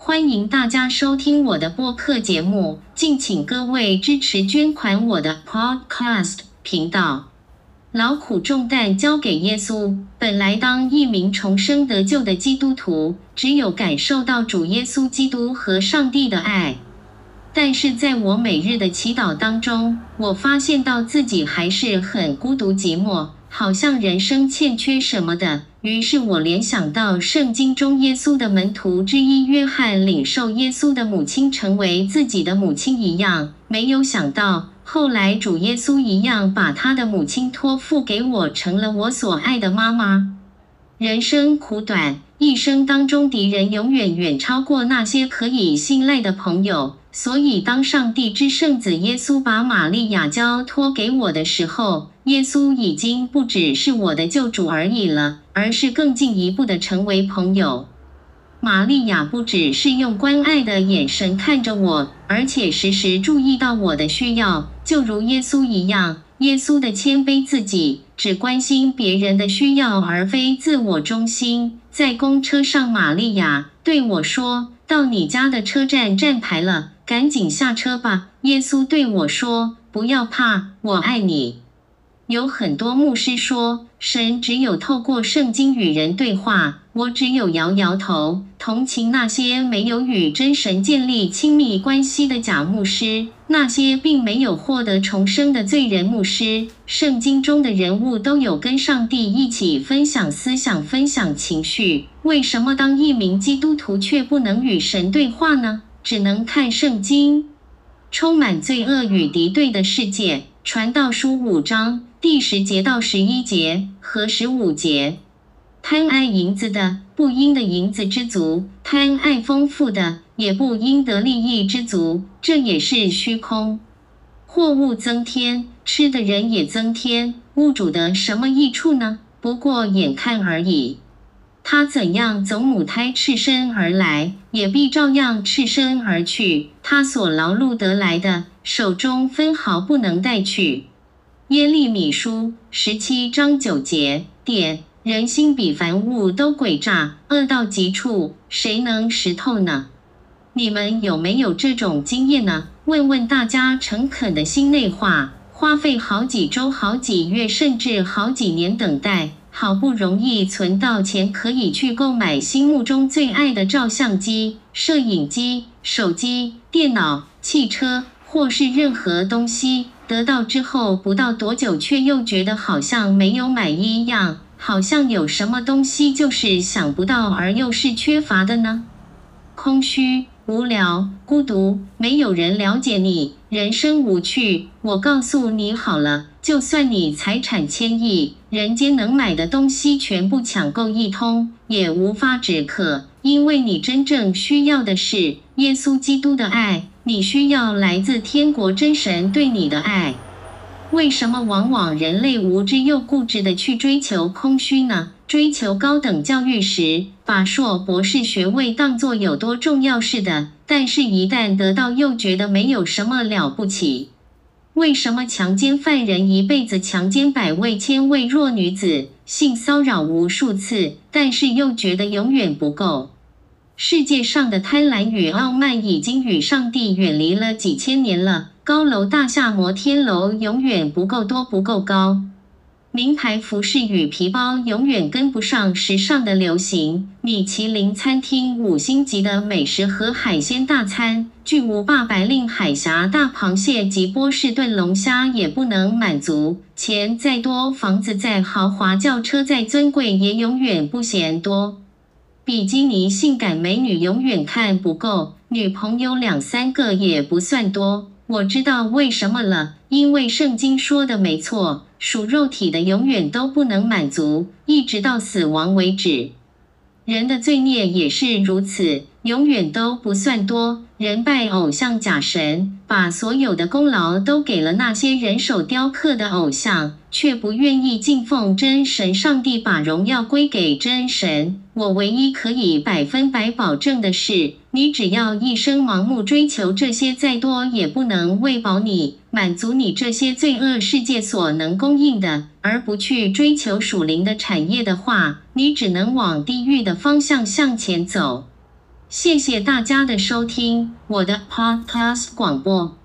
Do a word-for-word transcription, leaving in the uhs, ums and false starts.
欢迎大家收听我的播客节目，敬请各位支持捐款我的 Podcast 频道。劳苦重担交给耶稣。本来当一名重生得救的基督徒，只有感受到主耶稣基督和上帝的爱。但是在我每日的祈祷当中，我发现到自己还是很孤独寂寞，好像人生欠缺什么的。于是我联想到圣经中耶稣的门徒之一约翰领受耶稣的母亲成为自己的母亲一样，没有想到后来主耶稣一样把他的母亲托付给我，成了我所爱的妈妈。人生苦短，一生当中敌人永远远超过那些可以信赖的朋友。所以当上帝之圣子耶稣把玛利亚交托给我的时候，耶稣已经不只是我的救主而已了，而是更进一步的成为朋友。玛利亚不只是用关爱的眼神看着我，而且时时注意到我的需要，就如耶稣一样。耶稣的谦卑自己，只关心别人的需要而非自我中心。在公车上，玛利亚对我说，到你家的车站站牌了，赶紧下车吧。耶稣对我说，不要怕，我爱你。有很多牧师说，神只有透过圣经与人对话，我只有摇摇头，同情那些没有与真神建立亲密关系的假牧师，那些并没有获得重生的罪人牧师。圣经中的人物都有跟上帝一起分享思想，分享情绪，为什么当一名基督徒却不能与神对话呢？只能看圣经。充满罪恶与敌对的世界，传道书五章第十节到十一节和十五节。贪爱银子的，不因的银子知足；贪爱丰富的，也不因得利益知足，这也是虚空。货物增添，吃的人也增添，物主的什么益处呢？不过眼看而已。他怎样走母胎赤身而来，也必照样赤身而去。他所劳碌得来的，手中分毫不能带去。耶利米书十七章九节，点人心比凡物都诡诈，恶到极处，谁能识透呢？你们有没有这种经验呢？问问大家诚恳的心内话，花费好几周、好几月，甚至好几年等待，好不容易存到钱可以去购买心目中最爱的照相机、摄影机、手机、电脑、汽车，或是任何东西，得到之后不到多久，却又觉得好像没有买一样，好像有什么东西就是想不到而又是缺乏的呢？空虚、无聊、孤独，没有人了解你，人生无趣。我告诉你好了，就算你财产千亿，人间能买的东西全部抢购一通，也无法止渴，因为你真正需要的是耶稣基督的爱，你需要来自天国真神对你的爱。为什么往往人类无知又固执地去追求空虚呢？追求高等教育时，把硕博士学位当作有多重要似的，但是一旦得到又觉得没有什么了不起。为什么强奸犯人一辈子强奸百位千位弱女子，性骚扰无数次，但是又觉得永远不够？世界上的贪婪与傲慢已经与上帝远离了几千年了。高楼大厦摩天楼永远不够多，不够高。名牌服饰与皮包永远跟不上时尚的流行。米其林餐厅五星级的美食和海鲜大餐，巨无霸白令海峡大螃蟹及波士顿龙虾也不能满足。钱再多，房子再豪华，轿车再尊贵，也永远不嫌多。比基尼性感美女永远看不够，女朋友两三个也不算多。我知道为什么了，因为圣经说的没错，属肉体的永远都不能满足，一直到死亡为止。人的罪孽也是如此，永远都不算多。人拜偶像假神，把所有的功劳都给了那些人手雕刻的偶像，却不愿意敬奉真神上帝，把荣耀归给真神。我唯一可以百分百保证的是，你只要一生盲目追求这些，再多也不能喂饱你，满足你这些罪恶世界所能供应的，而不去追求属灵的产业的话，你只能往地狱的方向向前走。 谢谢大家的收听，我的 Podcast 广播。